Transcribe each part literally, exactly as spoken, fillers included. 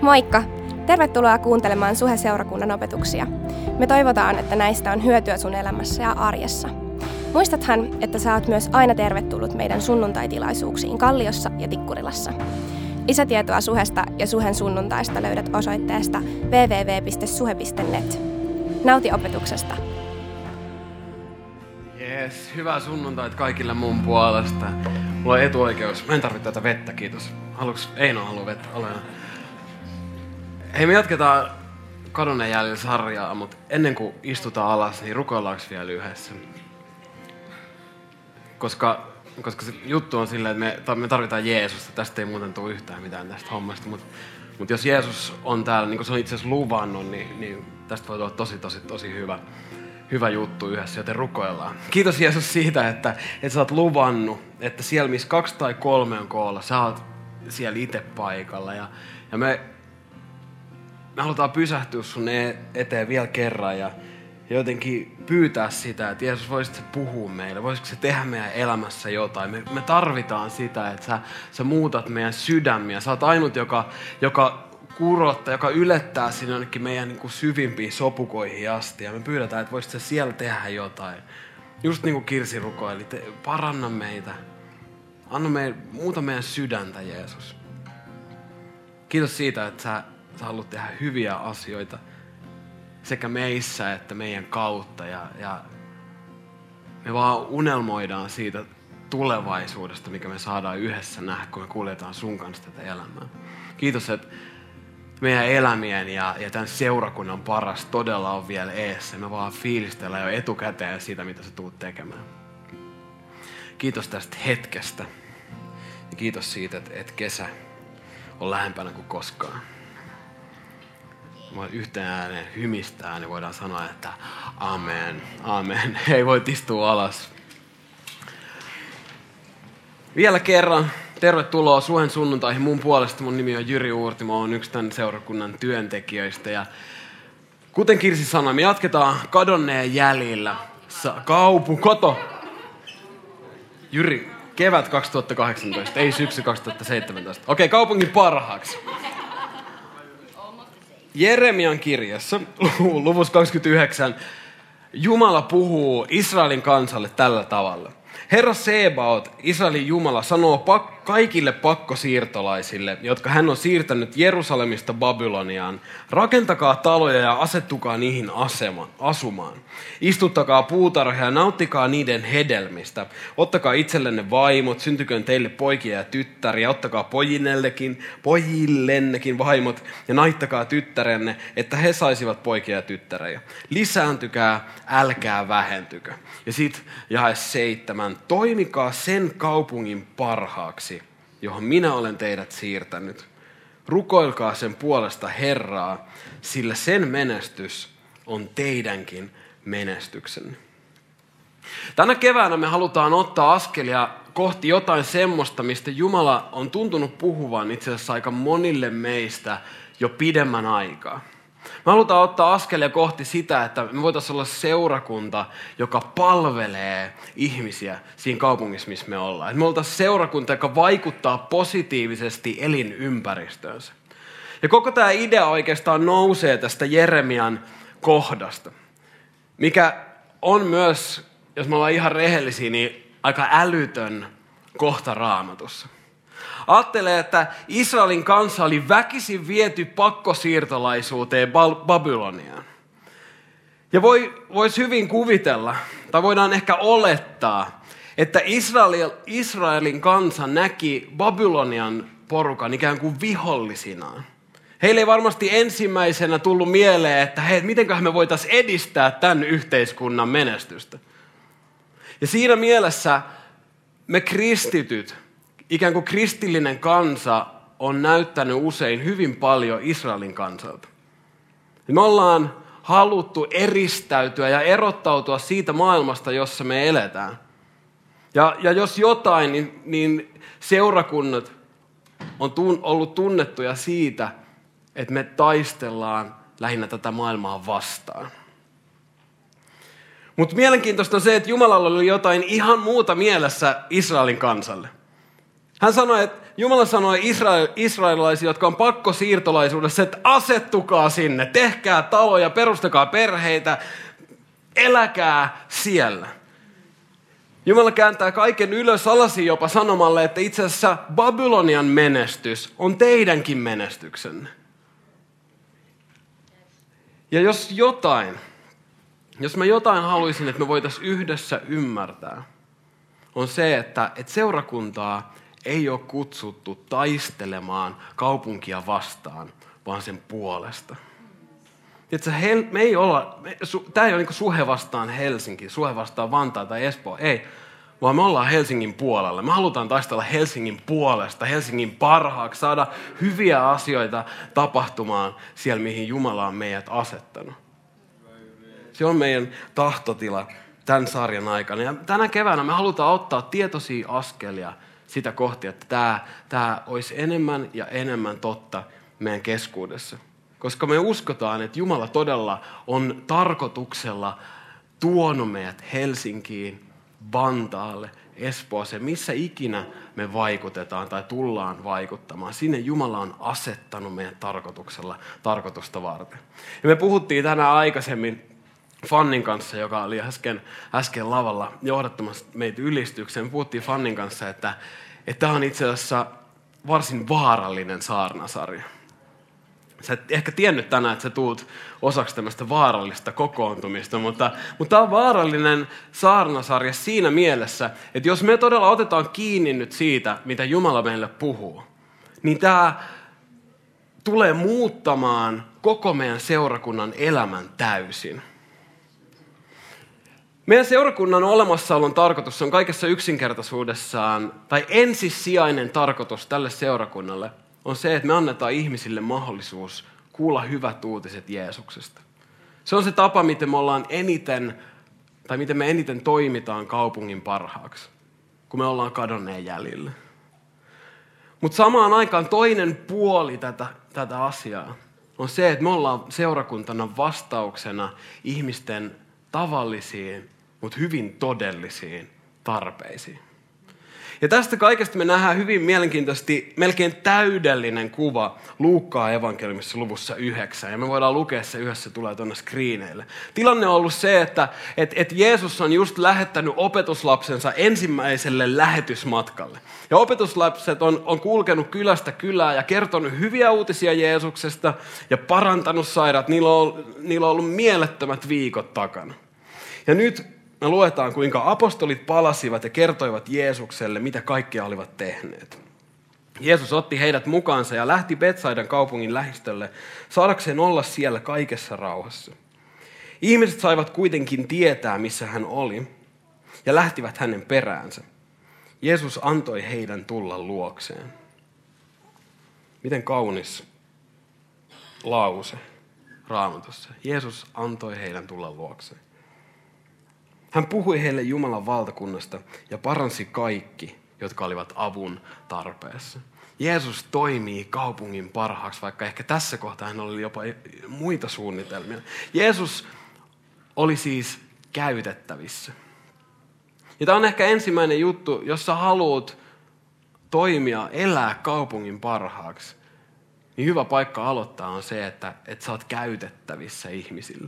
Moikka! Tervetuloa kuuntelemaan Suhe-seurakunnan opetuksia. Me toivotaan, että näistä on hyötyä sun elämässä ja arjessa. Muistathan, että sä oot myös aina tervetullut meidän sunnuntaitilaisuuksiin Kalliossa ja Tikkurilassa. Lisätietoa Suhesta ja Suhen sunnuntaista löydät osoitteesta double-u double-u double-u piste suhe piste net. Nauti opetuksesta! Jees, hyvää sunnuntaita kaikille mun puolesta. Mulla on etuoikeus. Mä en tarvitse tätä vettä, kiitos. Haluuks Eino halua vettä? Ole. Hei, me jatketaan Kadonneen jäljellä sarjaa, mutta ennen kuin istutaan alas, niin rukoillaanko vielä yhdessä? Koska, koska se juttu on silleen, että me tarvitaan Jeesusta. Tästä ei muuten tule yhtään mitään tästä hommasta, mutta, mutta jos Jeesus on täällä, niin kuin se on itse asiassa luvannut, niin, niin tästä voi tulla tosi, tosi, tosi hyvä. Hyvä juttu yhdessä, joten rukoillaan. Kiitos Jeesus siitä, että, että sä oot luvannut, että siellä missä kaksi tai kolme on koolla, sä oot siellä itse paikalla. Ja, ja me, me halutaan pysähtyä sun eteen vielä kerran ja, ja jotenkin pyytää sitä, että Jeesus, voisit sä puhua meille, voisitko sä tehdä meidän elämässä jotain. Me, me tarvitaan sitä, että sä, sä muutat meidän sydämiä. Sä oot ainut, joka... joka kurotta, joka ylettää sinne jonnekin meidän niin kuin syvimpiin sopukoihin asti. Ja me pyydetään, että voisit sä siellä tehdä jotain. Just niin kuin Kirsi rukoili, te, paranna meitä. Anna meidän, muuta meidän sydäntä, Jeesus. Kiitos siitä, että sä, sä haluat tehdä hyviä asioita sekä meissä että meidän kautta. Ja, ja me vaan unelmoidaan siitä tulevaisuudesta, mikä me saadaan yhdessä nähdä, kun me kuljetaan sun kanssa tätä elämää. Kiitos, että meidän elämien ja, ja tämän seurakunnan paras todella on vielä eessä. Me vaan fiilistellään jo etukäteen siitä, mitä sä tuut tekemään. Kiitos tästä hetkestä. Ja kiitos siitä, että, että kesä on lähempänä kuin koskaan. Mä yhteen ääneen hymistää, niin voidaan sanoa, että amen, amen. Ei voi istua alas. Vielä kerran. Tervetuloa Suhen sunnuntaihin mun puolesta. Mun nimi on Jyri Uurti. Mä oon yksi tämän seurakunnan työntekijöistä. Ja kuten Kirsi sanoi, me jatketaan Kadonneen jäljillä. Kaupu, koto. Jyri, kevät kaksituhattakahdeksantoista, ei syksy kaksituhattaseitsemäntoista. Okei, kaupungin parhaaksi. Jeremian kirjassa, luvussa kaksikymmentäyhdeksän, Jumala puhuu Israelin kansalle tällä tavalla. Herra Sebaot, Israelin Jumala, sanoo pak- kaikille pakkosiirtolaisille, jotka hän on siirtänyt Jerusalemista Babyloniaan, rakentakaa taloja ja asettukaa niihin asema, asumaan. Istuttakaa puutarhoja ja nauttikaa niiden hedelmistä. Ottakaa itsellenne vaimot, syntyköön teille poikia ja tyttäriä. Ottakaa pojinellekin, pojillennekin vaimot ja naittakaa tyttärenne, että he saisivat poikia ja tyttärejä. Lisääntykää, älkää vähentykö. Ja sitten jae seitsemän. Toimikaa sen kaupungin parhaaksi, johon minä olen teidät siirtänyt. Rukoilkaa sen puolesta Herraa, sillä sen menestys on teidänkin menestyksenne. Tänä keväänä me halutaan ottaa askelia kohti jotain semmoista, mistä Jumala on tuntunut puhuvan itse asiassa aika monille meistä jo pidemmän aikaa. Me halutaan ottaa askelia kohti sitä, että me voitaisiin olla seurakunta, joka palvelee ihmisiä siinä kaupungissa, missä me ollaan. Että me oltaisiin seurakunta, joka vaikuttaa positiivisesti elinympäristöönsä. Ja koko tämä idea oikeastaan nousee tästä Jeremian kohdasta, mikä on myös, jos me ollaan ihan rehellisiä, niin aika älytön kohta Raamatussa. Ajattelee, että Israelin kansa oli väkisin viety pakkosiirtolaisuuteen Babyloniaan. Ja voi, voisi hyvin kuvitella, tai voidaan ehkä olettaa, että Israel, Israelin kansa näki Babylonian porukan ikään kuin vihollisinaan. Heille ei varmasti ensimmäisenä tullut mieleen, että hei, mitenköhän me voitaisiin edistää tämän yhteiskunnan menestystä. Ja siinä mielessä me kristityt, ikään kuin kristillinen kansa on näyttänyt usein hyvin paljon Israelin kansalta. Me ollaan haluttu eristäytyä ja erottautua siitä maailmasta, jossa me eletään. Ja, ja jos jotain, niin, niin seurakunnat on tun, ollut tunnettuja siitä, että me taistellaan lähinnä tätä maailmaa vastaan. Mutta mielenkiintoista on se, että Jumalalla oli jotain ihan muuta mielessä Israelin kansalle. Hän sanoi, että Jumala sanoi israel, israelilaisille, jotka on pakkosiirtolaisuudessa, että asettukaa sinne, tehkää taloja, perustakaa perheitä, eläkää siellä. Jumala kääntää kaiken ylös alasin jopa sanomalle, että itse asiassa Babylonian menestys on teidänkin menestyksenne. Ja jos jotain, jos mä jotain haluaisin, että me voitaisiin yhdessä ymmärtää, on se, että, että seurakuntaa ei ole kutsuttu taistelemaan kaupunkia vastaan, vaan sen puolesta. Tiedätkö, hel, me ei olla, me, su, tämä ei ole niin Suhe vastaan Helsinki, Suhe vastaan Vantaa tai Espoo, ei. Vaan me ollaan Helsingin puolella. Me halutaan taistella Helsingin puolesta, Helsingin parhaaksi, saada hyviä asioita tapahtumaan siellä, mihin Jumala on meidät asettanut. Se on meidän tahtotila tämän sarjan aikana. Ja tänä keväänä me halutaan ottaa tietoisia askelia sitä kohti, että tämä, tämä olisi enemmän ja enemmän totta meidän keskuudessa. Koska me uskotaan, että Jumala todella on tarkoituksella tuonut meidät Helsinkiin, Vantaalle, Espooseen, missä ikinä me vaikutetaan tai tullaan vaikuttamaan. Sinne Jumala on asettanut meidän tarkoituksella tarkoitusta varten. Ja me puhuttiin tänään aikaisemmin Fannin kanssa, joka oli äsken, äsken lavalla johdattamassa meitä ylistykseen. Me puhuttiin Fannin kanssa, että, että tämä on itse asiassa varsin vaarallinen saarnasarja. Sä et ehkä tiennyt tänään, että sä tuut osaksi tämmöistä vaarallista kokoontumista, mutta, mutta tämä on vaarallinen saarnasarja siinä mielessä, että jos me todella otetaan kiinni nyt siitä, mitä Jumala meille puhuu, niin tämä tulee muuttamaan koko meidän seurakunnan elämän täysin. Meidän seurakunnan olemassaolon tarkoitus on kaikessa yksinkertaisuudessaan, tai ensisijainen tarkoitus tälle seurakunnalle, on se, että me annetaan ihmisille mahdollisuus kuulla hyvät uutiset Jeesuksesta. Se on se tapa, miten me ollaan eniten, tai miten me eniten toimitaan kaupungin parhaaksi, kun me ollaan kadonneen jäljillä. Mutta samaan aikaan toinen puoli tätä, tätä asiaa on se, että me ollaan seurakuntana vastauksena ihmisten tavallisiin, mutta hyvin todellisiin tarpeisiin. Ja tästä kaikesta me nähdään hyvin mielenkiintoisesti melkein täydellinen kuva Luukkaan evankeliumissa luvussa yhdeksän. Ja me voidaan lukea se yhdessä, se tulee tuonne screeneille. Tilanne on ollut se, että et, et Jeesus on just lähettänyt opetuslapsensa ensimmäiselle lähetysmatkalle. Ja opetuslapset on, on kulkenut kylästä kylään ja kertonut hyviä uutisia Jeesuksesta ja parantanut sairaat. Niillä on, niillä on ollut mielettömät viikot takana. Ja nyt me luetaan, kuinka apostolit palasivat ja kertoivat Jeesukselle, mitä kaikkea olivat tehneet. Jeesus otti heidät mukaansa ja lähti Betsaidan kaupungin lähistölle, saadakseen olla siellä kaikessa rauhassa. Ihmiset saivat kuitenkin tietää, missä hän oli, ja lähtivät hänen peräänsä. Jeesus antoi heidän tulla luokseen. Miten kaunis lause Raamatussa. Jeesus antoi heidän tulla luokseen. Hän puhui heille Jumalan valtakunnasta ja paransi kaikki, jotka olivat avun tarpeessa. Jeesus toimii kaupungin parhaaksi, vaikka ehkä tässä kohtaa hän oli jopa muita suunnitelmia. Jeesus oli siis käytettävissä. Ja tämä on ehkä ensimmäinen juttu, jos sä haluat toimia, elää kaupungin parhaaksi, niin hyvä paikka aloittaa on se, että, että sä oot käytettävissä ihmisille.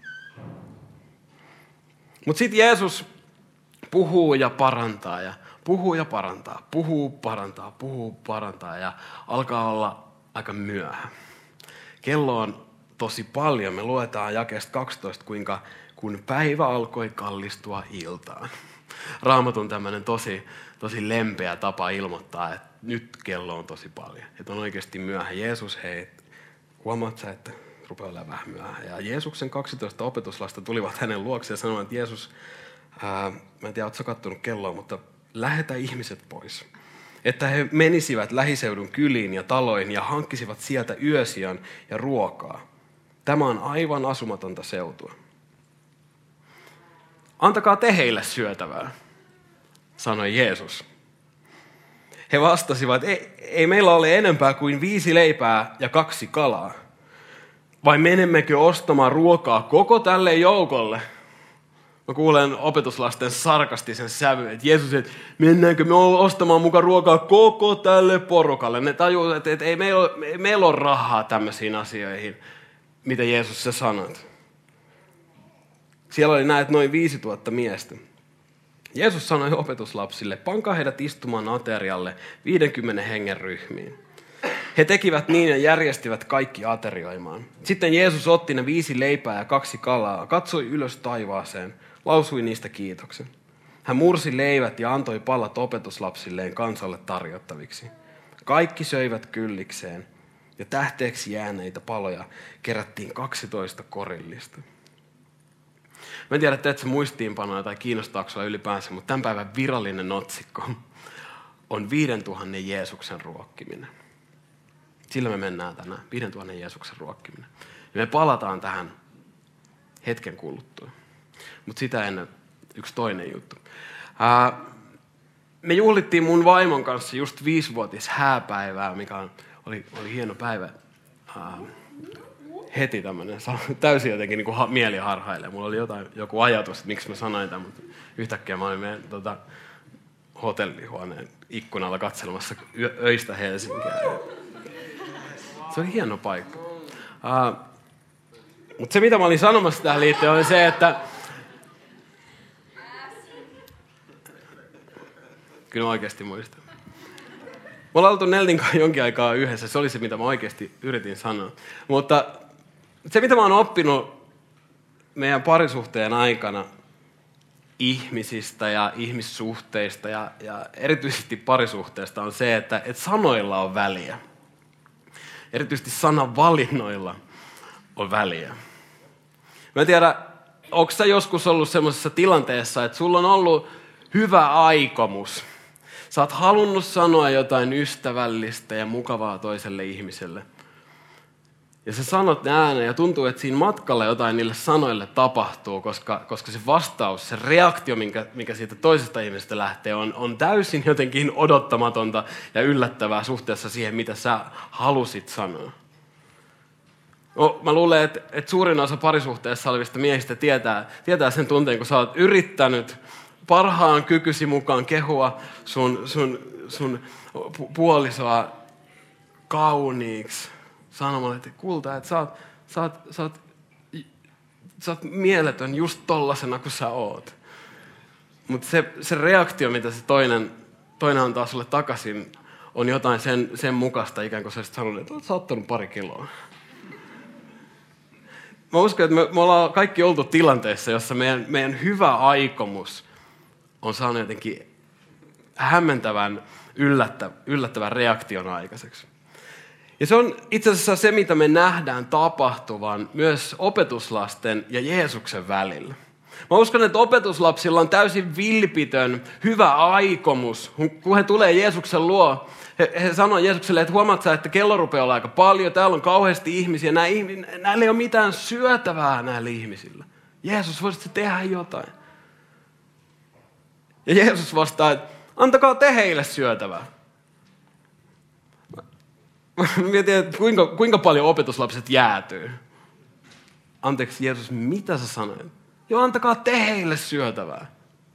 Mutta sitten Jeesus puhuu ja parantaa ja puhuu ja parantaa, puhuu, parantaa, puhuu, parantaa ja alkaa olla aika myöhä. Kello on tosi paljon. Me luetaan jakeesta kaksitoista, kuinka kun päivä alkoi kallistua iltaan. Raamatun tämmöinen tosi, tosi lempeä tapa ilmoittaa, että nyt kello on tosi paljon. Että on oikeasti myöhä. Jeesus, hei, huomaat sä, että rupeaa olemaan vähän myöhä. Ja Jeesuksen kaksitoista opetuslasta tulivat hänen luokseen ja sanoivat, että Jeesus, ää, mä en tiedä, ootko sä kattonut kelloa, mutta lähetä ihmiset pois. Että he menisivät lähiseudun kyliin ja taloihin ja hankkisivat sieltä yösijan ja ruokaa. Tämä on aivan asumatonta seutua. Antakaa te heille syötävää, sanoi Jeesus. He vastasivat, ei, ei meillä ole enempää kuin viisi leipää ja kaksi kalaa. Vai menemmekö ostamaan ruokaa koko tälle joukolle? Mä kuulen opetuslasten sarkastisen sävyn, että Jeesus, että mennäänkö me ostamaan mukaan ruokaa koko tälle porukalle. Ne tajuu, että, että ei meillä ole, meillä ole rahaa tämmöisiin asioihin, mitä Jeesus sä sanot. Siellä oli näet noin viisituhatta miestä. Jeesus sanoi opetuslapsille, pankaa heidät istumaan aterialle viidenkymmenen hengen ryhmiin. He tekivät niin ja järjestivät kaikki aterioimaan. Sitten Jeesus otti ne viisi leipää ja kaksi kalaa, katsoi ylös taivaaseen, lausui niistä kiitoksen. Hän mursi leivät ja antoi palat opetuslapsilleen kansalle tarjottaviksi. Kaikki söivät kyllikseen ja tähteeksi jääneitä paloja kerättiin kaksitoista korillista. Mä en tiedä, teet sä muistiinpanoja tai kiinnostaako sua ylipäänsä, mutta tämän päivän virallinen otsikko on viidentuhannen Jeesuksen ruokkiminen. Sillä me mennään tänään, viidentuhannen Jeesuksen ruokkiminen. Ja me palataan tähän hetken kuluttua. Mutta sitä ennen yksi toinen juttu. Ää, me juhlittiin mun vaimon kanssa just viisivuotis hääpäivää, mikä oli, oli hieno päivä. Ää, heti tämmöinen, täysin jotenkin niin kuin mieliharhailee. Mulla oli jotain, joku ajatus, että miksi mä sanoin tämän, mutta yhtäkkiä mä olin meidän tota, hotellihuoneen ikkunalla katselemassa yö, öistä Helsinkiä. Se oli hieno paikka. Uh, mutta se, mitä mä olin sanomassa tähän liittyen, oli se, että kyllä mä oikeasti muistan. Me ollaan oltu Neltin kanssa jonkin aikaa yhdessä. Se oli se, mitä mä oikeasti yritin sanoa. Mutta se, mitä mä oon oppinut meidän parisuhteen aikana ihmisistä ja ihmissuhteista ja, ja erityisesti parisuhteesta on se, että, että sanoilla on väliä. Erityisesti sanan valinnoilla on väliä. Mä en tiedä, onko sä joskus ollut semmoisessa tilanteessa, että sulla on ollut hyvä aikomus. Sä oot halunnut sanoa jotain ystävällistä ja mukavaa toiselle ihmiselle. Ja sä sanot ne ääneen ja tuntuu, että siinä matkalla jotain niille sanoille tapahtuu, koska, koska se vastaus, se reaktio, minkä, mikä siitä toisesta ihmisestä lähtee, on, on täysin jotenkin odottamatonta ja yllättävää suhteessa siihen, mitä sä halusit sanoa. No, mä luulen, että, että suurin osa parisuhteessa olevista miehistä tietää, tietää sen tunteen, kun sä oot yrittänyt parhaan kykysi mukaan kehua sun, sun, sun puolisoa kauniiksi. Sanomalla, että kulta, että sä oot, sä, oot, sä, oot, sä oot mieletön just tollasena kuin sä oot. Mutta se, se reaktio, mitä se toinen, toinen antaa sulle takaisin, on jotain sen, sen mukaista, ikään kuin sä olisit sanonut, että oot sä ottanut pari kiloa. Mä uskon, että me, me ollaan kaikki oltu tilanteessa, jossa meidän, meidän hyvä aikomus on saanut jotenkin hämmentävän, yllättä, yllättävän reaktion aikaiseksi. Ja se on itse asiassa se, mitä me nähdään tapahtuvan myös opetuslasten ja Jeesuksen välillä. Mä uskon, että opetuslapsilla on täysin vilpitön, hyvä aikomus. Kun he tulee Jeesuksen luo, he, he sanoo Jeesukselle, että huomaat sä, että kello rupeaa olla aika paljon, täällä on kauheasti ihmisiä, Nää, näillä ei ole mitään syötävää näillä ihmisillä. Jeesus, voisitko tehdä jotain? Ja Jeesus vastaa, että antakaa te heille syötävää. Mietin, että kuinka, kuinka paljon opetuslapset jäätyy. Anteeksi Jeesus, mitä sä sanoit? Joo, antakaa te heille syötävää.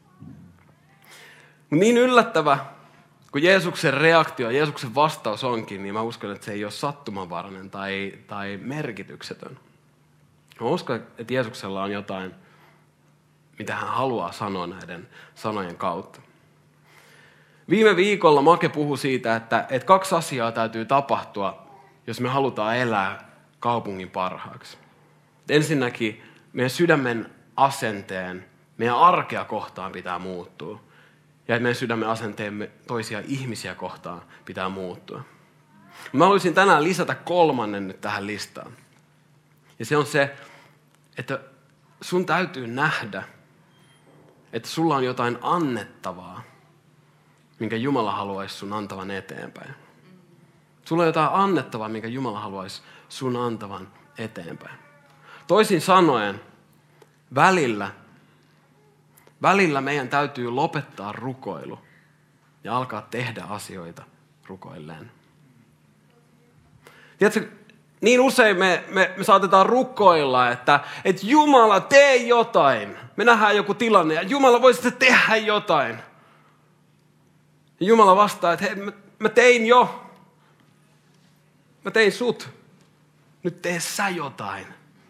Niin yllättävä, kun Jeesuksen reaktio, Jeesuksen vastaus onkin, niin mä uskon, että se ei ole sattumanvarainen tai, tai merkityksetön. Mä uskon, että Jeesuksella on jotain, mitä hän haluaa sanoa näiden sanojen kautta. Viime viikolla Make puhui siitä, että, että kaksi asiaa täytyy tapahtua, jos me halutaan elää kaupungin parhaaksi. Ensinnäkin meidän sydämen asenteen, meidän arkea kohtaan pitää muuttua. Ja meidän sydämen asenteemme toisia ihmisiä kohtaan pitää muuttua. Mä haluaisin tänään lisätä kolmannen nyt tähän listaan. Ja se on se, että sun täytyy nähdä, että sulla on jotain annettavaa, minkä Jumala haluaisi sun antavan eteenpäin. Sulla on jotain annettavaa, minkä Jumala haluaisi sun antavan eteenpäin. Toisin sanoen, välillä, välillä meidän täytyy lopettaa rukoilu ja alkaa tehdä asioita rukoilleen. Tiedätkö, niin usein me, me, me saatetaan rukoilla, että, että Jumala, tee jotain. Me nähdään joku tilanne ja Jumala, voisit tehdä jotain. Ja Jumala vastaa, että hei, mä, mä tein jo. Mä tein sut. Nyt tee sä jotain.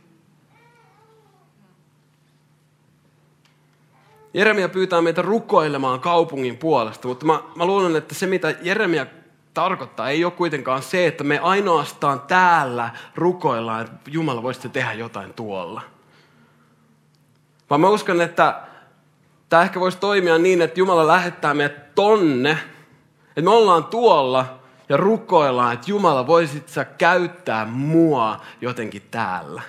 Jeremia pyytää meitä rukoilemaan kaupungin puolesta, mutta mä, mä luulen, että se mitä Jeremia tarkoittaa ei ole kuitenkaan se, että me ainoastaan täällä rukoillaan, että Jumala voisi tehdä jotain tuolla. Vaan mä uskon, että tämä ehkä voisi toimia niin, että Jumala lähettää meidät tonne, että me ollaan tuolla ja rukoillaan, että Jumala voisit sä käyttää mua jotenkin täällä.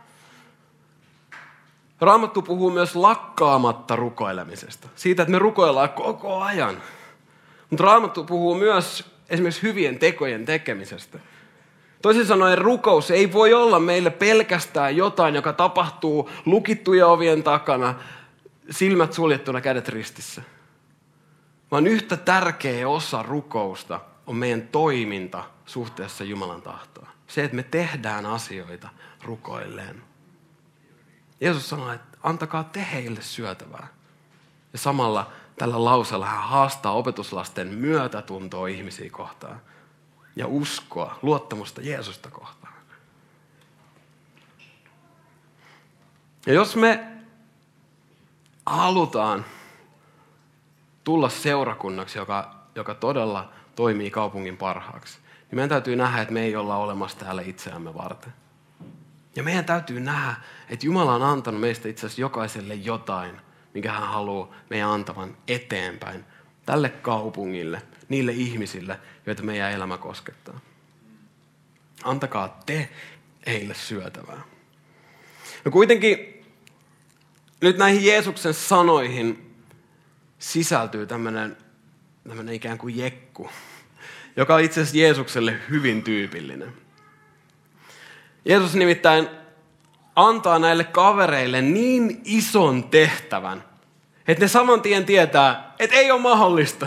Raamattu puhuu myös lakkaamatta rukoilemisesta. Siitä, että me rukoillaan koko ajan. Mutta Raamattu puhuu myös esimerkiksi hyvien tekojen tekemisestä. Toisin sanoen rukous ei voi olla meille pelkästään jotain, joka tapahtuu lukittujen ovien takana, silmät suljettuna, kädet ristissä. Vaan yhtä tärkeä osa rukousta on meidän toiminta suhteessa Jumalan tahtoon. Se, että me tehdään asioita rukoilleen. Jeesus sanoi, että antakaa te heille syötävää. Ja samalla tällä lauseella hän haastaa opetuslasten myötätuntoa ihmisiä kohtaan. Ja uskoa, luottamusta Jeesusta kohtaan. Ja jos me halutaan tulla seurakunnaksi, joka, joka todella toimii kaupungin parhaaksi, niin meidän täytyy nähdä, että me ei olla olemassa täällä itseämme varten. Ja meidän täytyy nähdä, että Jumala on antanut meistä itse asiassa jokaiselle jotain, minkä hän haluaa meidän antavan eteenpäin tälle kaupungille, niille ihmisille, joita meidän elämä koskettaa. Antakaa te heille syötävää. No kuitenkin nyt näihin Jeesuksen sanoihin sisältyy tämmöinen, tämmöinen ikään kuin jekku, joka on itse asiassa Jeesukselle hyvin tyypillinen. Jeesus nimittäin antaa näille kavereille niin ison tehtävän, että ne saman tien tietää, että ei ole mahdollista.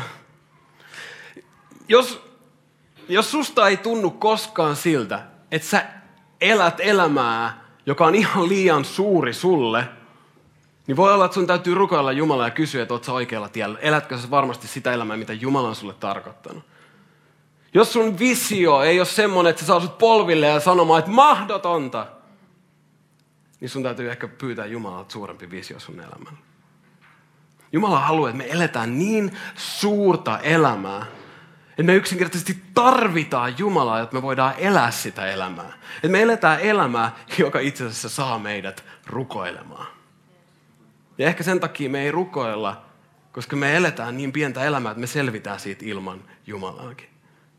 Jos, jos susta ei tunnu koskaan siltä, että sä elät elämää, joka on ihan liian suuri sulle, niin voi olla, että sun täytyy rukoilla Jumalaa ja kysyä, että oot sä oikealla tiellä. Elätkö sä varmasti sitä elämää, mitä Jumala on sulle tarkoittanut? Jos sun visio ei ole semmoinen, että sä saa sut polville ja sanomaan, että mahdotonta, niin sun täytyy ehkä pyytää Jumalalta suurempi visio sun elämään. Jumala haluaa, että me eletään niin suurta elämää, että me yksinkertaisesti tarvitaan Jumalaa, jotta me voidaan elää sitä elämää. Että me eletään elämää, joka itse asiassa saa meidät rukoilemaan. Ja ehkä sen takia me ei rukoilla, koska me eletään niin pientä elämää, että me selvitään siitä ilman Jumalaakin.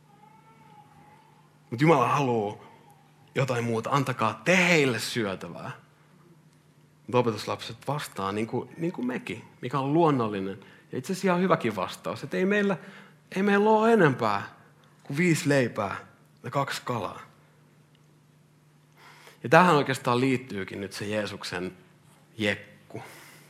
Mutta Jumala haluaa jotain muuta. Antakaa te heille syötävää. Mutta opetuslapset vastaa niin kuin, niin kuin mekin, mikä on luonnollinen. Ja itse asiassa ihan hyväkin vastaus. Että ei meillä, ei meillä ole enempää kuin viisi leipää ja kaksi kalaa. Ja tähän oikeastaan liittyykin nyt se Jeesuksen jekku.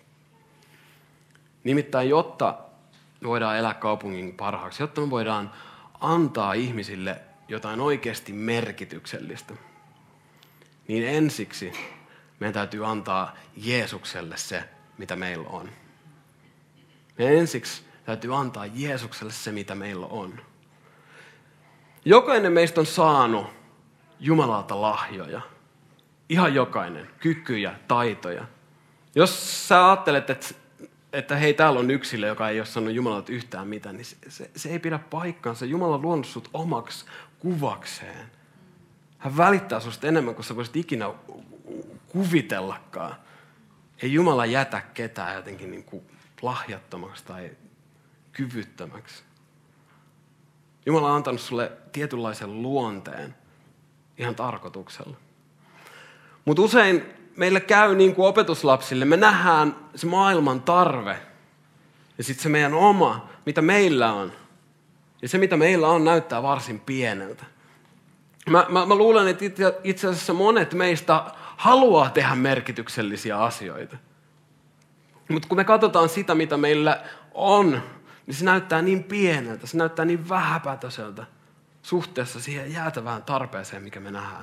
Nimittäin, jotta me voidaan elää kaupungin parhaaksi, jotta me voidaan antaa ihmisille jotain oikeasti merkityksellistä, niin ensiksi meidän täytyy antaa Jeesukselle se, mitä meillä on. Me ensiksi täytyy antaa Jeesukselle se, mitä meillä on. Jokainen meistä on saanut Jumalalta lahjoja. Ihan jokainen. Kykyjä, taitoja. Jos sä ajattelet, että, että hei, täällä on yksilö, joka ei ole sanonut Jumalalta yhtään mitään, niin se, se, se ei pidä paikkaansa. Jumala on luonut sut omaksi kuvakseen. Hän välittää susta enemmän kuin sä voisit ikinä kuvitellakaan. Ei Jumala jätä ketään jotenkin niin kuin lahjattomaksi tai kyvyttömäksi. Jumala on antanut sulle tietynlaisen luonteen ihan tarkoituksella. Mutta usein meille käy niin kuin opetuslapsille. Me nähdään se maailman tarve ja sitten se meidän oma, mitä meillä on. Ja se, mitä meillä on, näyttää varsin pieneltä. Mä, mä, mä luulen, että itse asiassa monet meistä haluaa tehdä merkityksellisiä asioita. Mutta kun me katsotaan sitä, mitä meillä on, niin se näyttää niin pieneltä, se näyttää niin vähäpätöiseltä suhteessa siihen jäätävään tarpeeseen, mikä me nähdään.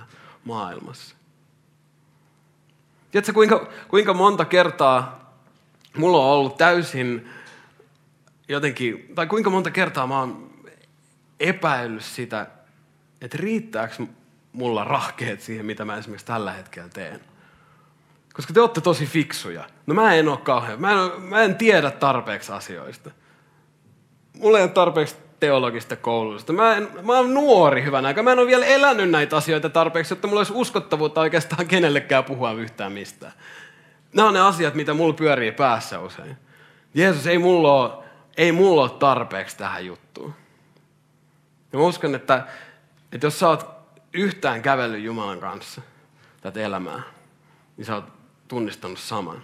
maailmassa. Tiedätkö, kuinka, kuinka monta kertaa mulla on ollut täysin jotenkin, tai kuinka monta kertaa mä oon epäillyt sitä, että riittääkö mulla rahkeet siihen, mitä mä esimerkiksi tällä hetkellä teen. Koska te olette tosi fiksuja. No mä en ole kauhean, mä en, mä en tiedä tarpeeksi asioista. Mulla ei ole tarpeeksi teologista koulutusta. Mä, en, mä oon nuori hyvän aikaa. Mä en ole vielä elänyt näitä asioita tarpeeksi, jotta mulla olisi uskottavuutta oikeastaan kenellekään puhua yhtään mistään. Nämä on ne asiat, mitä mulla pyörii päässä usein. Jeesus, ei mulla ole, ei mulla ole tarpeeksi tähän juttuun. Ja mä uskon, että, että jos sä oot yhtään kävellyt Jumalan kanssa tätä elämää, niin sä oot tunnistanut saman.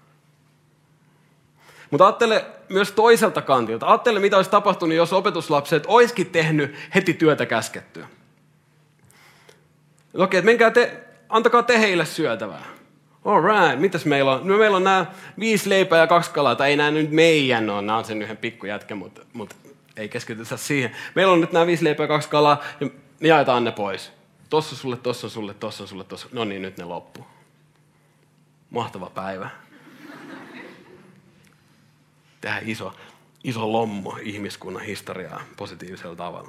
Mutta ajattele myös toiselta kantilta. Ajattele, mitä olisi tapahtunut, jos opetuslapset olisikin tehnyt heti työtä käskettyä. Okei, että menkää te, antakaa te heille syötävää. All right, mitäs meillä on? No, meillä on nämä viisi leipää ja kaksi kalaa, tai ei nämä nyt meidän ole, nämä on sen yhden pikkujätkä, mutta, mutta ei keskitytä siihen. Meillä on nyt nämä viisi leipää ja kaksi kalaa, ja me jaetaan ne pois. Tossa sulle, tossa sulle, tossa sulle, tossa. No niin, nyt ne loppuu. Mahtava päivä. Tehdään iso, iso lommo ihmiskunnan historiaa positiivisella tavalla.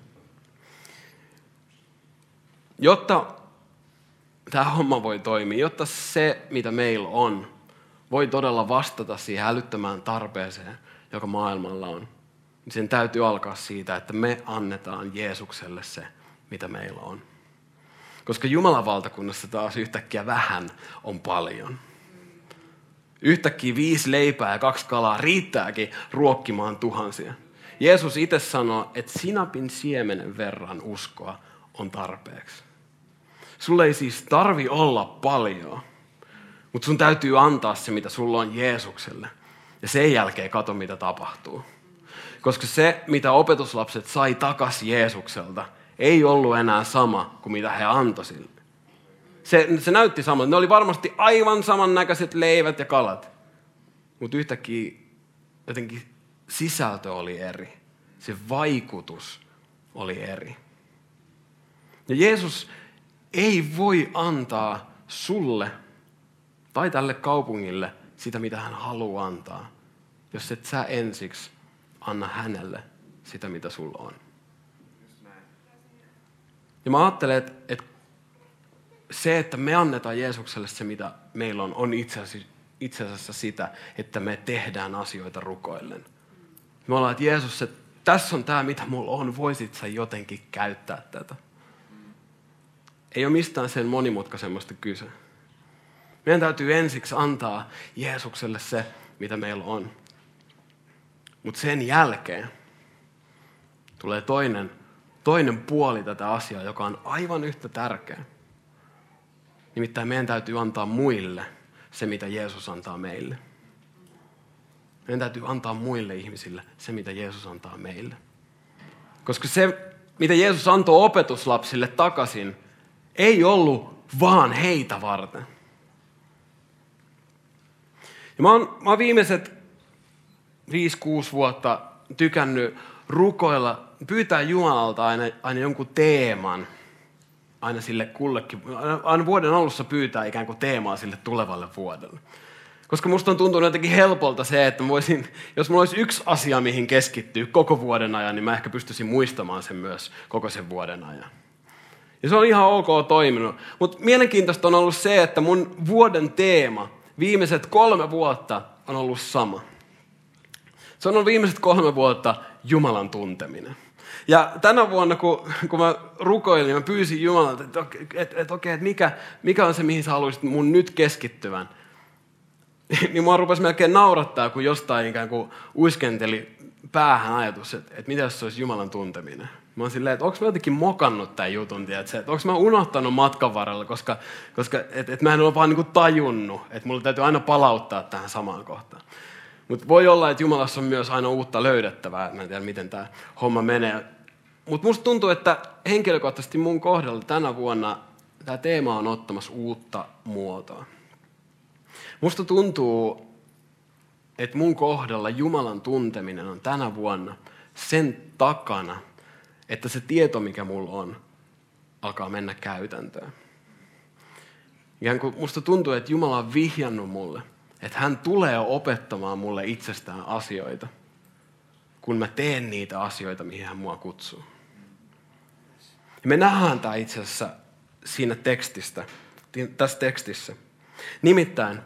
Jotta tämä homma voi toimia, jotta se, mitä meillä on, voi todella vastata siihen älyttömään tarpeeseen, joka maailmalla on, niin sen täytyy alkaa siitä, että me annetaan Jeesukselle se, mitä meillä on. Koska Jumalan valtakunnassa taas yhtäkkiä vähän on paljon. Yhtäkkiä viisi leipää ja kaksi kalaa riittääkin ruokkimaan tuhansia. Jeesus itse sanoo, että sinapin siemenen verran uskoa on tarpeeksi. Sulla ei siis tarvi olla paljon, mutta sun täytyy antaa se, mitä sulla on Jeesukselle. Ja sen jälkeen kato, mitä tapahtuu. Koska se, mitä opetuslapset sai takaisin Jeesukselta, ei ollut enää sama kuin mitä he antoi sille. Se, se näytti samalta. Ne oli varmasti aivan samannäköiset leivät ja kalat. Mutta yhtäkkiä jotenkin sisältö oli eri. Se vaikutus oli eri. Ja Jeesus ei voi antaa sulle tai tälle kaupungille sitä, mitä hän haluaa antaa, jos et sä ensiksi anna hänelle sitä, mitä sulla on. Ja mä ajattelen, että, että se, että me annetaan Jeesukselle se, mitä meillä on, on itse asiassa, itse asiassa sitä, että me tehdään asioita rukoillen. Me ollaan, että Jeesus, että tässä on tämä, mitä mulla on, voisit sä jotenkin käyttää tätä. Ei ole mistään sen monimutkaisemmasta kyse. Meidän täytyy ensiksi antaa Jeesukselle se, mitä meillä on. Mutta sen jälkeen tulee toinen, toinen puoli tätä asiaa, joka on aivan yhtä tärkeä. Nimittäin meidän täytyy antaa muille se, mitä Jeesus antaa meille. Meidän täytyy antaa muille ihmisille se, mitä Jeesus antaa meille. Koska se, mitä Jeesus antoi opetuslapsille takaisin, ei ollut vaan heitä varten. Ja mä oon, mä oon viimeiset viisi kuusi vuotta tykännyt rukoilla, pyytää Jumalalta aina, aina jonkun teeman. Aina sille kullekin, aina vuoden alussa pyytää ikään kuin teemaa sille tulevalle vuodelle. Koska musta on tuntunut jotenkin helpolta se, että mä voisin, jos mulla olisi yksi asia, mihin keskittyy koko vuoden ajan, niin mä ehkä pystyisin muistamaan sen myös koko sen vuoden ajan. Ja se on ihan ok toiminut. Mutta mielenkiintoista on ollut se, että mun vuoden teema viimeiset kolme vuotta on ollut sama. Se on ollut viimeiset kolme vuotta Jumalan tunteminen. Ja tänä vuonna, kun, kun mä rukoilin, mä pyysin Jumalalta, että et, et, okei, että mikä, mikä on se, mihin sä haluaisit mun nyt keskittyvän. Niin mua rupesi melkein naurattaa, kun jostain ikään kuin uiskenteli päähän ajatus, että, että mitä jos se olisi Jumalan tunteminen. Mä oon silleen, että onko mä jotenkin mokannut tämän jutun, tiedätkö? Että onko mä unohtanut matkan varrella, koska, koska et, et mä en ole vaan niin kuin tajunnut, että mulla täytyy aina palauttaa tähän samaan kohtaan. Mutta voi olla, että Jumalassa on myös aina uutta löydettävää. Mä en tiedä, miten tämä homma menee. Mutta musta tuntuu, että henkilökohtaisesti mun kohdalla tänä vuonna tämä teema on ottamassa uutta muotoa. Musta tuntuu, että mun kohdalla Jumalan tunteminen on tänä vuonna sen takana, että se tieto, mikä mulla on, alkaa mennä käytäntöön. Ikään kuin musta tuntuu, että Jumala on vihjannut mulle, että hän tulee opettamaan mulle itsestään asioita, kun mä teen niitä asioita, mihin hän mua kutsuu. Ja me nähdään tämä itse asiassa siinä tekstistä, tässä tekstissä. Nimittäin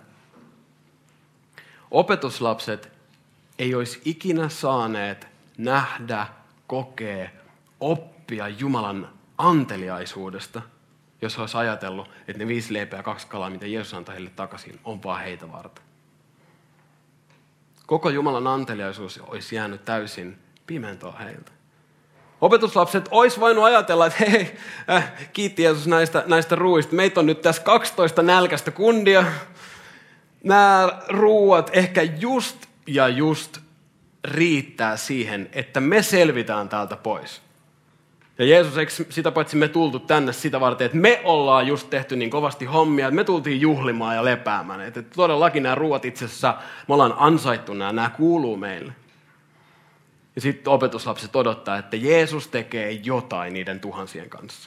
opetuslapset ei olisi ikinä saaneet nähdä, kokea, oppia Jumalan anteliaisuudesta, jos olisi ajatellut, että ne viisi leipää ja kaksi kalaa, mitä Jeesus antoi heille takaisin, on vaan heitä varten. Koko Jumalan anteliaisuus olisi jäänyt täysin pimentoon heiltä. Opetuslapset olisi voinut ajatella, että hei, äh, kiitti Jeesus näistä, näistä ruuista. Meitä on nyt tässä kaksitoista nälkäistä kundia. Nämä ruuat ehkä just ja just riittää siihen, että me selvitään täältä pois. Ja Jeesus, eikö sitä paitsi me tultu tänne sitä varten, että me ollaan just tehty niin kovasti hommia, että me tultiin juhlimaan ja lepäämään. Että todellakin nämä ruuat itse asiassa, me ollaan ansaittu nämä, nämä kuuluu meille. Ja sitten opetuslapset odottaa, että Jeesus tekee jotain niiden tuhansien kanssa.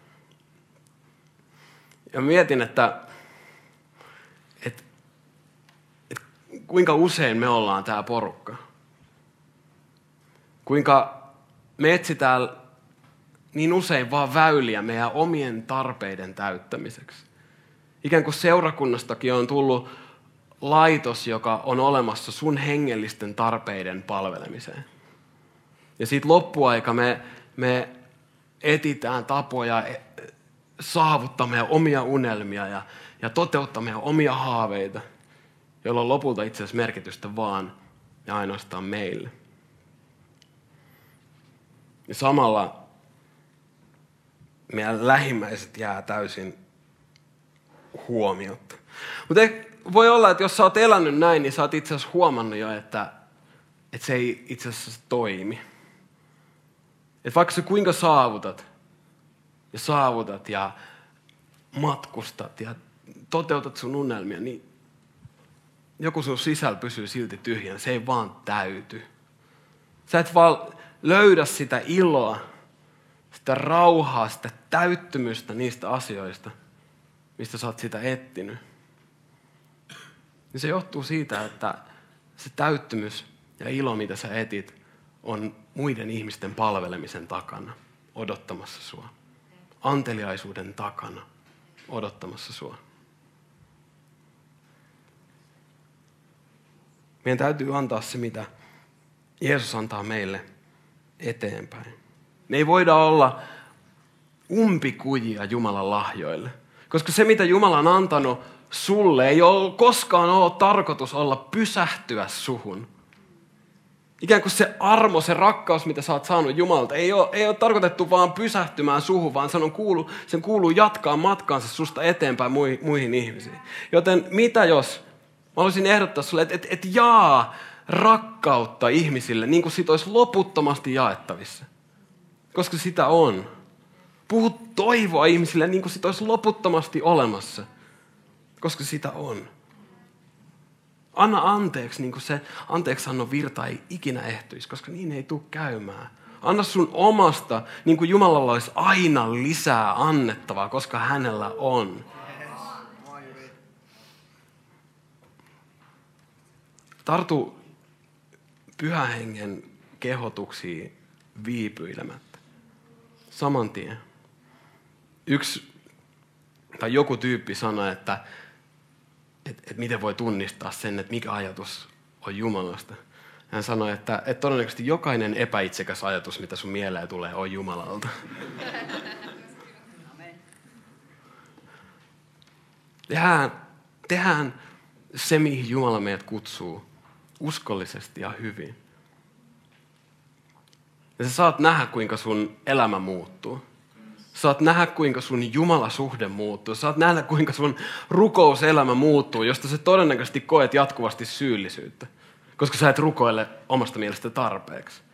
Ja mietin, että, että, että kuinka usein me ollaan tämä porukka. Kuinka me etsitään niin usein vaan väyliä meidän omien tarpeiden täyttämiseksi. Ikään kuin seurakunnastakin on tullut laitos, joka on olemassa sun hengellisten tarpeiden palvelemiseen. Ja sitten loppuaika me, me etitään tapoja saavuttaa meidän omia unelmia ja, ja toteuttaa meidän omia haaveita, joilla on lopulta itse asiassa merkitystä vaan ja ainoastaan meille. Ja samalla meidän lähimmäiset jää täysin huomiotta. Mutta voi olla, että jos sä oot elänyt näin, niin sä oot itse asiassa huomannut jo, että, että se ei itse asiassa toimi. Että vaikka sä kuinka saavutat ja saavutat ja matkustat ja toteutat sun unelmia, niin joku sun sisällä pysyy silti tyhjänä. Se ei vaan täyty. Sä et vaan löydä sitä iloa, sitä rauhaa, sitä täyttymystä niistä asioista, mistä sä oot sitä etsinyt. Ja se johtuu siitä, että se täyttymys ja ilo, mitä sä etit, on muiden ihmisten palvelemisen takana, odottamassa sua. Anteliaisuuden takana, odottamassa sua. Meidän täytyy antaa se, mitä Jeesus antaa meille eteenpäin. Me ei voida olla umpikujia Jumalan lahjoille, koska se, mitä Jumala on antanut sulle, ei ole koskaan ole tarkoitus olla pysähtyä suhun. Ikään kuin se armo, se rakkaus, mitä sä oot saanut Jumalalta, ei ole, ei ole tarkoitettu vaan pysähtymään suhun, vaan sen, on kuulu, sen kuuluu jatkaa matkaansa susta eteenpäin muihin, muihin ihmisiin. Joten mitä jos, mä haluaisin ehdottaa sulle, että et, et jaa rakkautta ihmisille, niin kuin siitä olisi loputtomasti jaettavissa. Koska sitä on. Puhu toivoa ihmisille, niin kuin siitä olisi loputtomasti olemassa. Koska sitä on. Anna anteeksi, niin kuin se anteeksiannon virta ei ikinä ehtyisi, koska niin ei tule käymään. Anna sun omasta, niin kuin Jumalalla olisi aina lisää annettavaa, koska hänellä on. Tartu Pyhän Hengen kehotuksiin viipyilemättä. Saman tien. Yksi tai joku tyyppi sanoi, että Että et miten voi tunnistaa sen, että mikä ajatus on Jumalasta. Hän sanoi, että et todennäköisesti jokainen epäitsekäs ajatus, mitä sun mieleen tulee, on Jumalalta. Tehdään, tehdään se, mihin Jumala meidät kutsuu, uskollisesti ja hyvin. Ja sä saat nähdä, kuinka sun elämä muuttuu. Saat nähdä, kuinka sun Jumalasuhde muuttuu. Saat nähdä, kuinka sun rukouselämä muuttuu, josta sä todennäköisesti koet jatkuvasti syyllisyyttä. Koska sä et rukoile omasta mielestä tarpeeksi.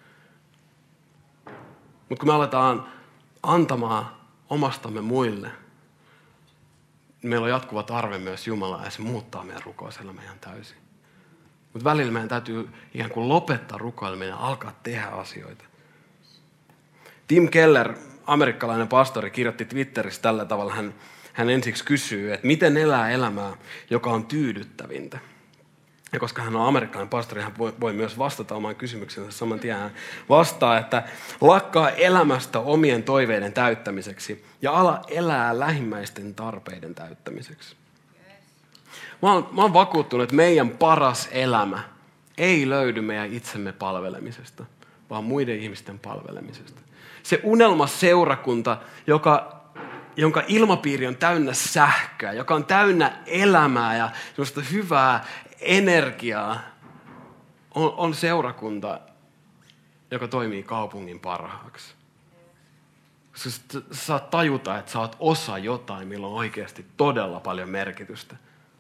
Mutta kun me aletaan antamaan omastamme muille, niin meillä on jatkuva tarve myös Jumalaa ja se muuttaa meidän rukouselämä ihan täysin. Mutta välillä meidän täytyy ihan kuin lopettaa rukoileminen ja alkaa tehdä asioita. Tim Keller, amerikkalainen pastori, kirjoitti Twitterissä tällä tavalla. Hän, hän ensiksi kysyy, että miten elää elämää, joka on tyydyttävintä. Ja koska hän on amerikkalainen pastori, hän voi, voi myös vastata omaan kysymyksensä saman tien. Hän vastaa, että lakkaa elämästä omien toiveiden täyttämiseksi ja ala elää lähimmäisten tarpeiden täyttämiseksi. Mä oon, mä oon vakuuttunut, että meidän paras elämä ei löydy meidän itsemme palvelemisesta, vaan muiden ihmisten palvelemisesta. Se unelmaseurakunta, joka, jonka ilmapiiri on täynnä sähköä, joka on täynnä elämää ja sellaista hyvää energiaa, on, on seurakunta, joka toimii kaupungin parhaaksi. Sä saat tajuta, että sä oot osa jotain, millä on oikeasti todella paljon merkitystä.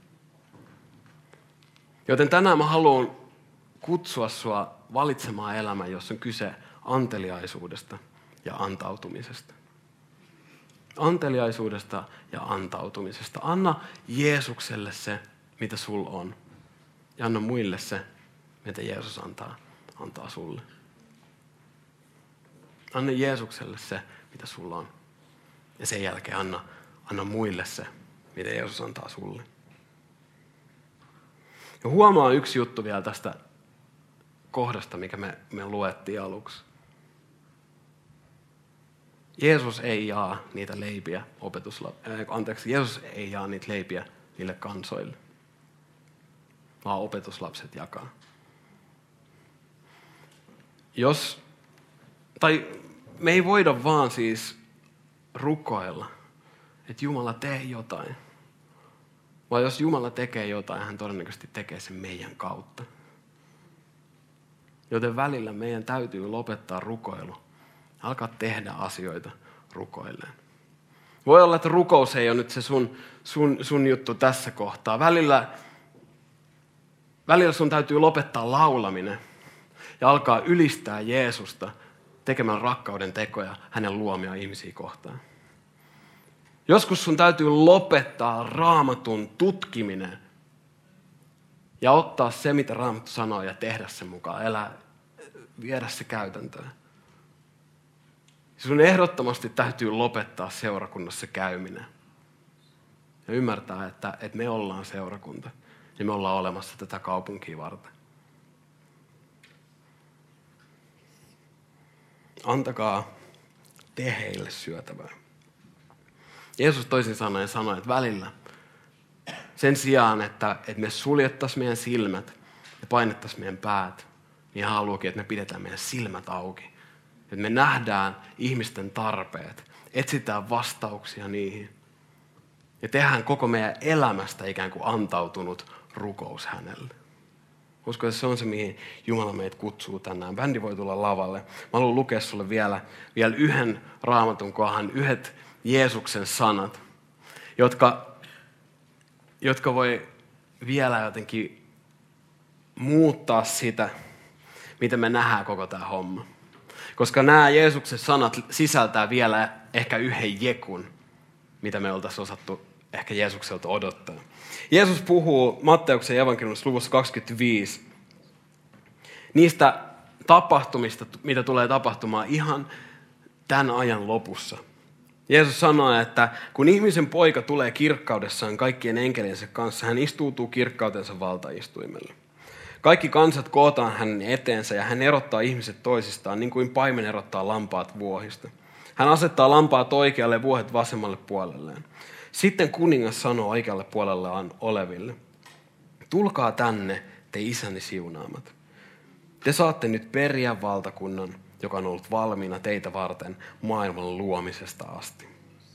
Joten tänään mä haluan kutsua sua valitsemaan elämän, jossa on kyse anteliaisuudesta ja antautumisesta. Anteliaisuudesta ja antautumisesta. Anna Jeesukselle se, mitä sul on. Ja anna muille se, mitä Jeesus antaa, antaa sulle. Anna Jeesukselle se, mitä sulla on. Ja sen jälkeen anna, anna muille se, mitä Jeesus antaa sulle. Ja huomaa yksi juttu vielä tästä kohdasta, mikä me, me luettiin aluksi. Jeesus ei jaa niitä leipiä opetusla... Äh, anteeksi, Jeesus ei jaa niitä leipiä niille kansoille, vaan opetuslapset jakaa. Jos, tai me ei voida vaan siis rukoilla, että Jumala tee jotain. Vaan jos Jumala tekee jotain, hän todennäköisesti tekee sen meidän kautta. Joten välillä meidän täytyy lopettaa rukoilu. Alkaa tehdä asioita rukoilleen. Voi olla, että rukous ei ole nyt se sun, sun, sun juttu tässä kohtaa. Välillä, välillä sun täytyy lopettaa laulaminen ja alkaa ylistää Jeesusta tekemään rakkauden tekoja hänen luomia ihmisiä kohtaan. Joskus sun täytyy lopettaa Raamatun tutkiminen ja ottaa se, mitä Raamattu sanoo, ja tehdä sen mukaan, elää, viedä se käytäntöön. Sun ehdottomasti täytyy lopettaa seurakunnassa käyminen ja ymmärtää, että, että me ollaan seurakunta ja me ollaan olemassa tätä kaupunkia varten. Antakaa te heille syötävää. Jeesus toisin sanoen sanoi, että välillä sen sijaan, että, että me suljettaisiin meidän silmät ja painettaisiin meidän päät, niin hän haluakin, että me pidetään meidän silmät auki. Että me nähdään ihmisten tarpeet, etsitään vastauksia niihin. Ja tehdään koko meidän elämästä ikään kuin antautunut rukous hänelle. Uskon, että se on se, mihin Jumala meitä kutsuu tänään. Bändi voi tulla lavalle. Mä haluan lukea sulle vielä, vielä yhden Raamatun kohdan, yhdet Jeesuksen sanat, jotka, jotka voi vielä jotenkin muuttaa sitä, mitä me nähdään koko tämä homma. Koska nämä Jeesuksen sanat sisältää vielä ehkä yhden jekun, mitä me oltaisiin osattu ehkä Jeesukselta odottaa. Jeesus puhuu Matteuksen evankeliumissa luvussa kaksikymmentäviisi niistä tapahtumista, mitä tulee tapahtumaan ihan tämän ajan lopussa. Jeesus sanoi, että kun ihmisen poika tulee kirkkaudessaan kaikkien enkeliensä kanssa, hän istuutuu kirkkautensa valtaistuimelle. Kaikki kansat kootaan hänen eteensä ja hän erottaa ihmiset toisistaan, niin kuin paimen erottaa lampaat vuohista. Hän asettaa lampaat oikealle ja vuohet vasemmalle puolelleen. Sitten kuningas sanoo oikealle puolellaan oleville: tulkaa tänne, te isäni siunaamat. Te saatte nyt periä valtakunnan, joka on ollut valmiina teitä varten maailman luomisesta asti.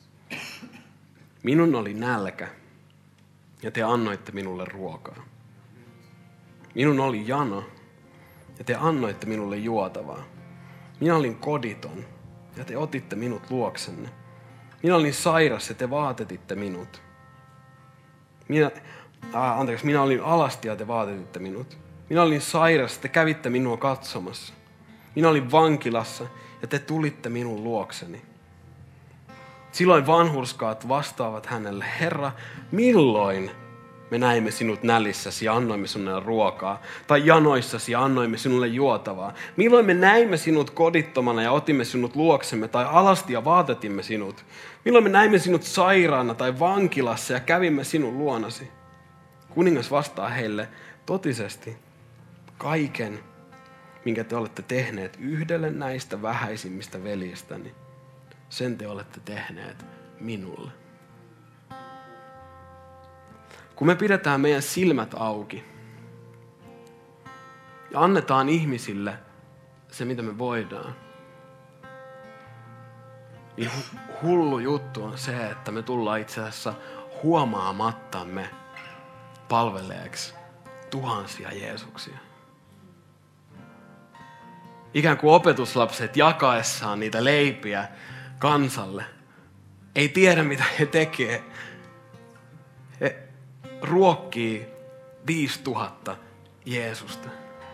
Minun oli nälkä, ja te annoitte minulle ruokaa. Minun oli jano, ja te annoitte minulle juotavaa. Minä olin koditon, ja te otitte minut luoksenne. Minä olin sairas, ja te vaatetitte minut. Minä, äh, anteeksi, minä olin alasti, ja te vaatetitte minut. Minä olin sairas, te kävitte minua katsomassa. Minä olin vankilassa, ja te tulitte minun luokseni. Silloin vanhurskaat vastaavat hänelle: Herra, milloin me näimme sinut nälissäsi ja annoimme sinulle ruokaa, tai janoissasi ja annoimme sinulle juotavaa? Milloin me näimme sinut kodittomana ja otimme sinut luoksemme, tai alasti ja vaatetimme sinut? Milloin me näimme sinut sairaana tai vankilassa ja kävimme sinun luonasi? Kuningas vastaa heille, totisesti kaiken, minkä te olette tehneet yhdelle näistä vähäisimmistä veljistäni, sen te olette tehneet minulle. Kun me pidetään meidän silmät auki ja annetaan ihmisille se, mitä me voidaan, niin hullu juttu on se, että me tullaan itse asiassa huomaamattamme palveleeksi tuhansia Jeesuksia. Ikään kuin opetuslapset jakaessaan niitä leipiä kansalle ei tiedä, mitä he tekee. He ruokkii viisituhatta Jeesusta.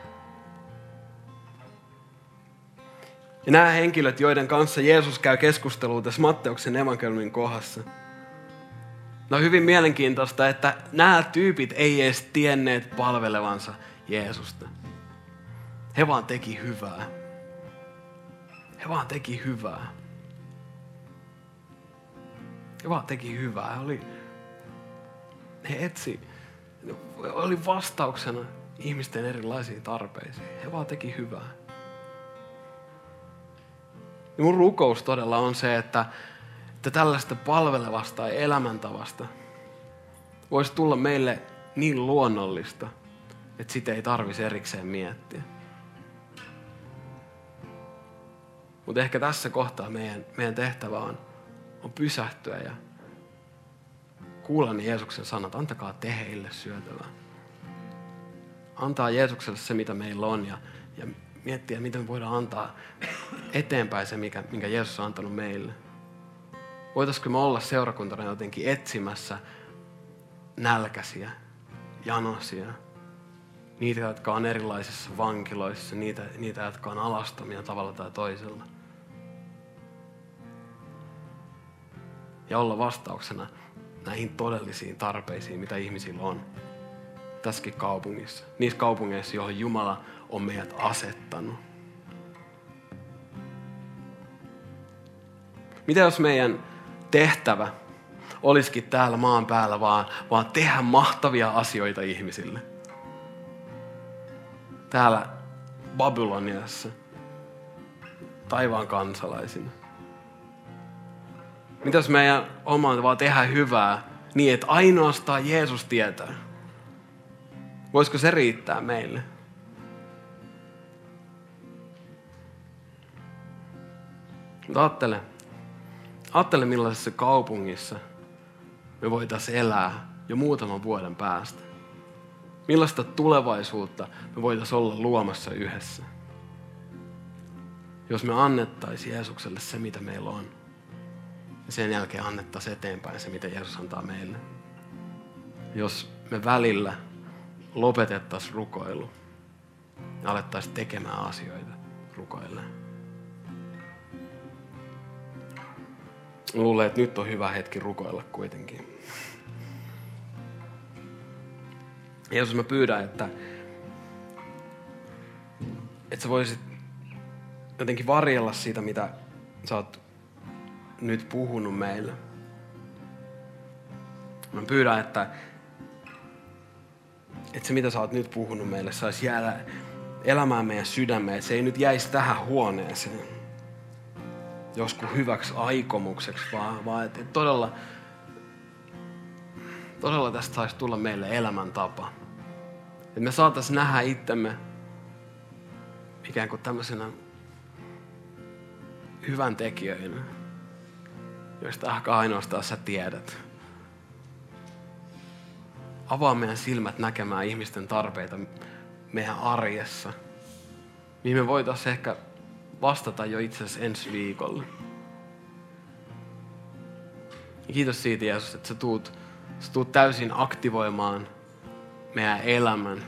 Ja nämä henkilöt, joiden kanssa Jeesus käy keskustelua tässä Matteuksen evankeliumin kohdassa, no on hyvin mielenkiintoista, että nämä tyypit ei edes tienneet palvelevansa Jeesusta. He vaan teki hyvää. He vaan teki hyvää. He vaan teki hyvää. He, oli, he etsi, oli vastauksena ihmisten erilaisiin tarpeisiin. He vaan teki hyvää. Ja mun rukous todella on se, että, että tällaista palvelevasta ja elämäntavasta voisi tulla meille niin luonnollista, että sitä ei tarvitsisi erikseen miettiä. Mutta ehkä tässä kohtaa meidän, meidän tehtävä on, on pysähtyä ja kuulla ne Jeesuksen sanat. Antakaa te heille syötävää. Antaa Jeesukselle se, mitä meillä on ja, ja miettiä, miten me voidaan antaa eteenpäin se, mikä, minkä Jeesus on antanut meille. Voitaisiko me olla seurakuntana jotenkin etsimässä nälkäisiä, janoisia, niitä, jotka on erilaisissa vankiloissa, niitä, niitä jotka on alastomia tavalla tai toisella. Ja olla vastauksena näihin todellisiin tarpeisiin, mitä ihmisillä on tässäkin kaupungissa. Niissä kaupungeissa, joihin Jumala on meidät asettanut. Mitä jos meidän tehtävä olisikin täällä maan päällä vaan, vaan tehdä mahtavia asioita ihmisille? Täällä Babyloniassa, taivaan kansalaisina. Mitä jos meidän oma on vaan tehdä hyvää niin, että ainoastaan Jeesus tietää? Voisiko se riittää meille? Mutta ajattele, ajattele millaisessa kaupungissa me voitaisiin elää jo muutaman vuoden päästä. Millaista tulevaisuutta me voitaisiin olla luomassa yhdessä. Jos me annettaisiin Jeesukselle se, mitä meillä on. Ja sen jälkeen annettaisiin eteenpäin se, mitä Jeesus antaa meille. Jos me välillä lopetettaisiin rukoilu ja alettaisiin tekemään asioita rukoilleen. Luulen, että nyt on hyvä hetki rukoilla kuitenkin. Jeesus, mä pyydän, että, että sä voisit jotenkin varjella siitä, mitä sä oot nyt puhunut meille. Mä pyydän, että, että se, mitä sä oot nyt puhunut meille, saisi jäädä elämään meidän sydämeen. Että se ei nyt jäisi tähän huoneeseen joskus hyväksi aikomukseksi, vaan, vaan että todella, todella tästä saisi tulla meille elämäntapa. Että me saataisiin nähdä itsemme ikään kuin tämmöisenä hyvän tekijöinä, joista ehkä ainoastaan sä tiedät. Avaa meidän silmät näkemään ihmisten tarpeita meidän arjessa, mihin me voitaisiin ehkä vastata jo itse asiassa ensi viikolla. Ja kiitos siitä, Jeesus, että sä tuut, sä tuut täysin aktivoimaan meidän elämän.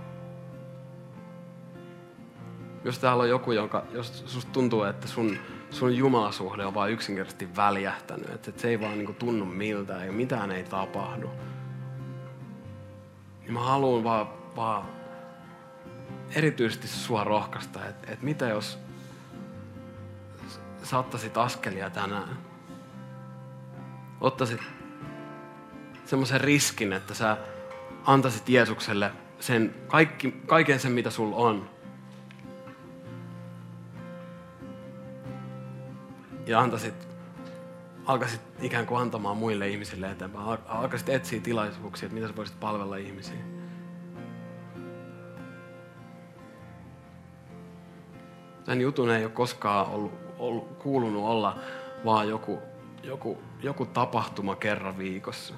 Jos täällä on joku, jonka, jos susta tuntuu, että sun sun Jumalasuhde on vaan yksinkertaisesti väljähtänyt. Että et se ei vaan niinku tunnu miltään ja mitään ei tapahdu. Niin mä haluan vaan, vaan erityisesti sua rohkaista, että et mitä jos sä ottaisit askelia tänään. Ottaisit semmoisen riskin, että sä antaisit Jeesukselle sen, kaikki, kaiken sen, mitä sulla on. Ja antaisit, alkaisit ikään kuin antamaan muille ihmisille eteenpäin. Alkaisit etsiä tilaisuuksia, että mitä sä voisit palvella ihmisiä. Tämän jutun ei ole koskaan ollut, ollut, kuulunut olla vaan joku, joku, joku tapahtuma kerran viikossa.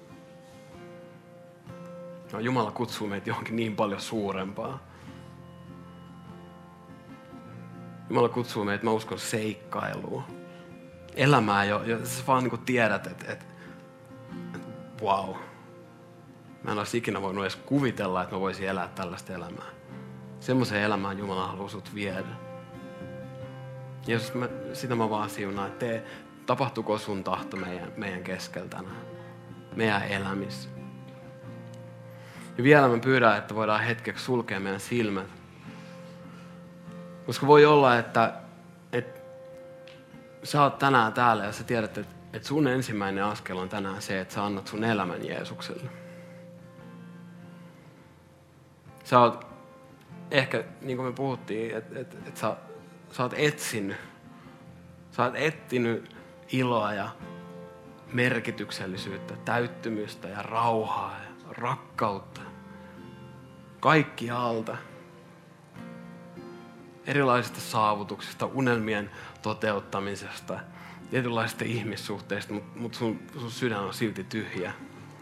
No, Jumala kutsuu meitä johonkin niin paljon suurempaa. Jumala kutsuu meitä, mä uskon, seikkailuun. Elämää, jo, jo sä vaan niin kuin tiedät, että et, wow. Mä en olisi ikinä voinut edes kuvitella, että mä voisin elää tällaista elämää. Semmoiseen elämään Jumala haluaa sut viedä. Jeesus, mä, sitä mä vaan siunaan, että tee, tapahtuko sun tahto meidän, meidän keskeltänä, meidän elämissä. Ja vielä mä pyydän, että voidaan hetkeksi sulkea meidän silmät. Koska voi olla, että, että sä oot tänään täällä ja sä tiedät, että, että sun ensimmäinen askel on tänään se, että sä annat sun elämän Jeesukselle. Sä oot ehkä, niin kuin me puhuttiin, että, että, että sä, sä oot etsinyt. Sä oot etsinyt iloa ja merkityksellisyyttä, täyttymystä ja rauhaa ja rakkautta. Kaikkialta. Erilaisista saavutuksista, unelmien toteuttamisesta, tietynlaisista ihmissuhteista, mutta mut sun, sun sydän on silti tyhjä.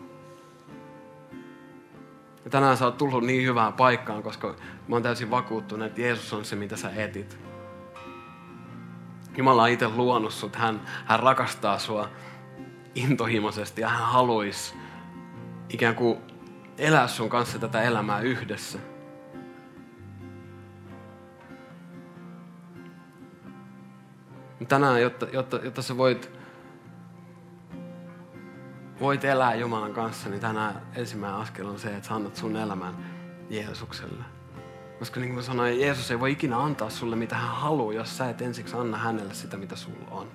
Ja tänään sä oot tullut niin hyvään paikkaan, koska mä oon täysin vakuuttunut, että Jeesus on se, mitä sä etit. Jumala on itse luonut sut, hän, hän rakastaa sua intohimoisesti ja hän haluaisi ikään kuin elää sun kanssa tätä elämää yhdessä. Tänään, jotta, jotta, jotta sä voit, voit elää Jumalan kanssa, niin tänään ensimmäinen askel on se, että sä annat sun elämän Jeesukselle. Koska niin kuin mä sanoin, Jeesus ei voi ikinä antaa sulle mitä hän haluaa, jos sä et ensiksi anna hänelle sitä, mitä sulla on.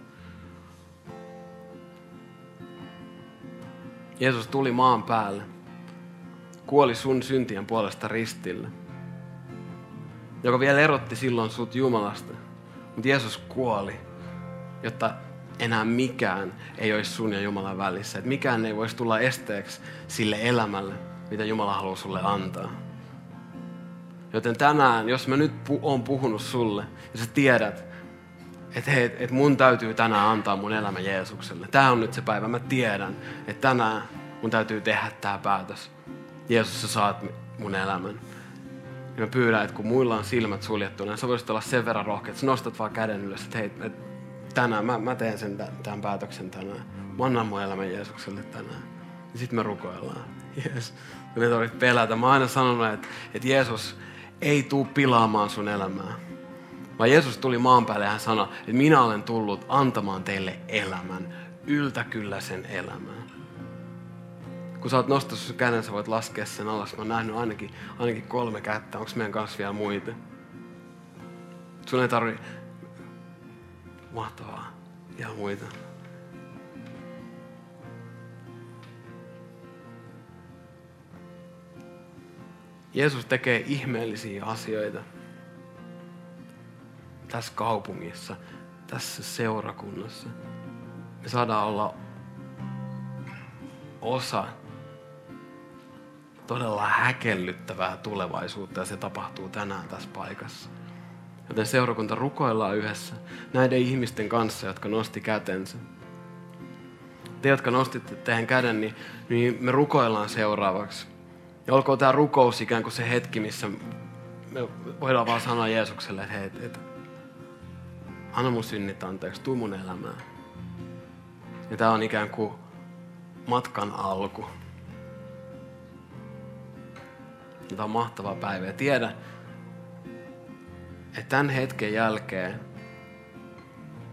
Jeesus tuli maan päälle, kuoli sun syntien puolesta ristille, joka vielä erotti silloin sut Jumalasta. Mutta Jeesus kuoli, jotta enää mikään ei olisi sun ja Jumalan välissä. Et mikään ei voisi tulla esteeksi sille elämälle, mitä Jumala haluaa sulle antaa. Joten tänään, jos mä nyt pu- oon puhunut sulle, ja sä tiedät, että hei, et mun täytyy tänään antaa mun elämä Jeesukselle. Tää on nyt se päivä. Mä tiedän, että tänään mun täytyy tehdä tää päätös. Jeesus, sä saat mun elämän. Ja mä pyydän, että kun muilla on silmät suljettuna, niin sä voisit olla sen verran rohkea, että sä nostat vaan käden ylös, että hei, et tänään mä, mä teen sen tämän päätöksen tänään. Mä annan mun elämän Jeesukselle tänään. Ja sit me rukoillaan. Jees. Ja me tarvitse pelätä. Mä oon aina sanonut, että, että Jeesus ei tuu pilaamaan sun elämää. Vaan Jeesus tuli maan päälle ja hän sanoi, että minä olen tullut antamaan teille elämän. Yltä kyllä sen elämän. Kun sä oot nostaa sun käden, sä voit laskea sen alas. Mä oon nähnyt ainakin, ainakin kolme kättä. Onko meidän kanssa vielä muita? Sun ei tarvi... Mahtavaa. Ihan muita. Jeesus tekee ihmeellisiä asioita. Tässä kaupungissa, tässä seurakunnassa. Me saadaan olla osa todella häkellyttävää tulevaisuutta ja se tapahtuu tänään tässä paikassa. Joten seurakunta, rukoillaan yhdessä näiden ihmisten kanssa, jotka nosti kätensä. Te, jotka nostitte teidän käden, niin, niin me rukoillaan seuraavaksi. Ja olkoon tämä rukous ikään kuin se hetki, missä me voidaan vaan sanoa Jeesukselle, että hei, et, et, anna mun synnit anteeksi, tuu mun elämään. Ja tämä on ikään kuin matkan alku. Tämä on mahtava päivä. Ja tiedä, että tämän hetken jälkeen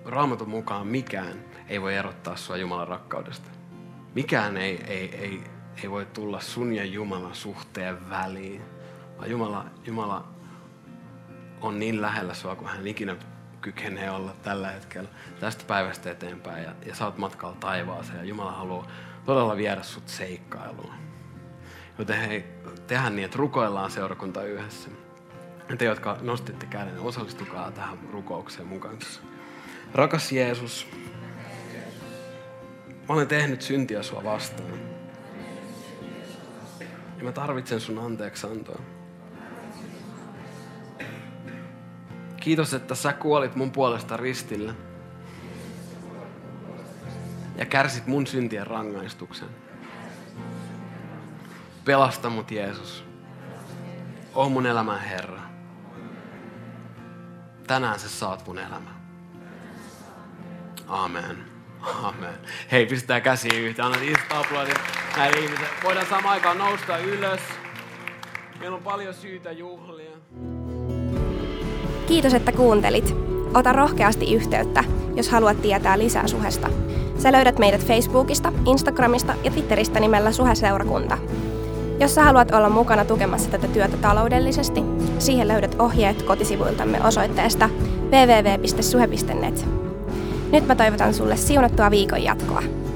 Raamatun mukaan mikään ei voi erottaa sua Jumalan rakkaudesta. Mikään ei, ei, ei, ei voi tulla sun ja Jumalan suhteen väliin. Vaan Jumala, Jumala on niin lähellä sua, kun hän ikinä kykenee olla tällä hetkellä tästä päivästä eteenpäin. Ja, ja sä oot matkalla taivaaseen ja Jumala haluaa todella viedä sut seikkailuun. Joten hei, tehdään niin, että rukoillaan seurakunta yhdessä. Ja te, jotka nostitte käden, osallistukaa tähän rukoukseen mun kanssa. Rakas Jeesus, mä olen tehnyt syntiä sua vastaan. Ja mä tarvitsen sun anteeksiantoa. Kiitos, että sä kuolit mun puolesta ristillä. Ja kärsit mun syntien rangaistuksen. Pelasta mut, Jeesus. Oo mun elämän Herra. Tänään sä saat mun elämän. Amen. Amen. Hei, pistetään käsiä yhteen. Anna isot aplodit näille ihmisille. Voidaan samaan aikaan nousta ylös. Meillä on paljon syytä juhlia. Kiitos, että kuuntelit. Ota rohkeasti yhteyttä, jos haluat tietää lisää Suhesta. Sä löydät meidät Facebookista, Instagramista ja Twitteristä nimellä Suhe-seurakunta. Jos sä haluat olla mukana tukemassa tätä työtä taloudellisesti, siihen löydät ohjeet kotisivuiltamme osoitteesta double-u double-u double-u piste suhe piste net. Nyt mä toivotan sulle siunattua viikon jatkoa.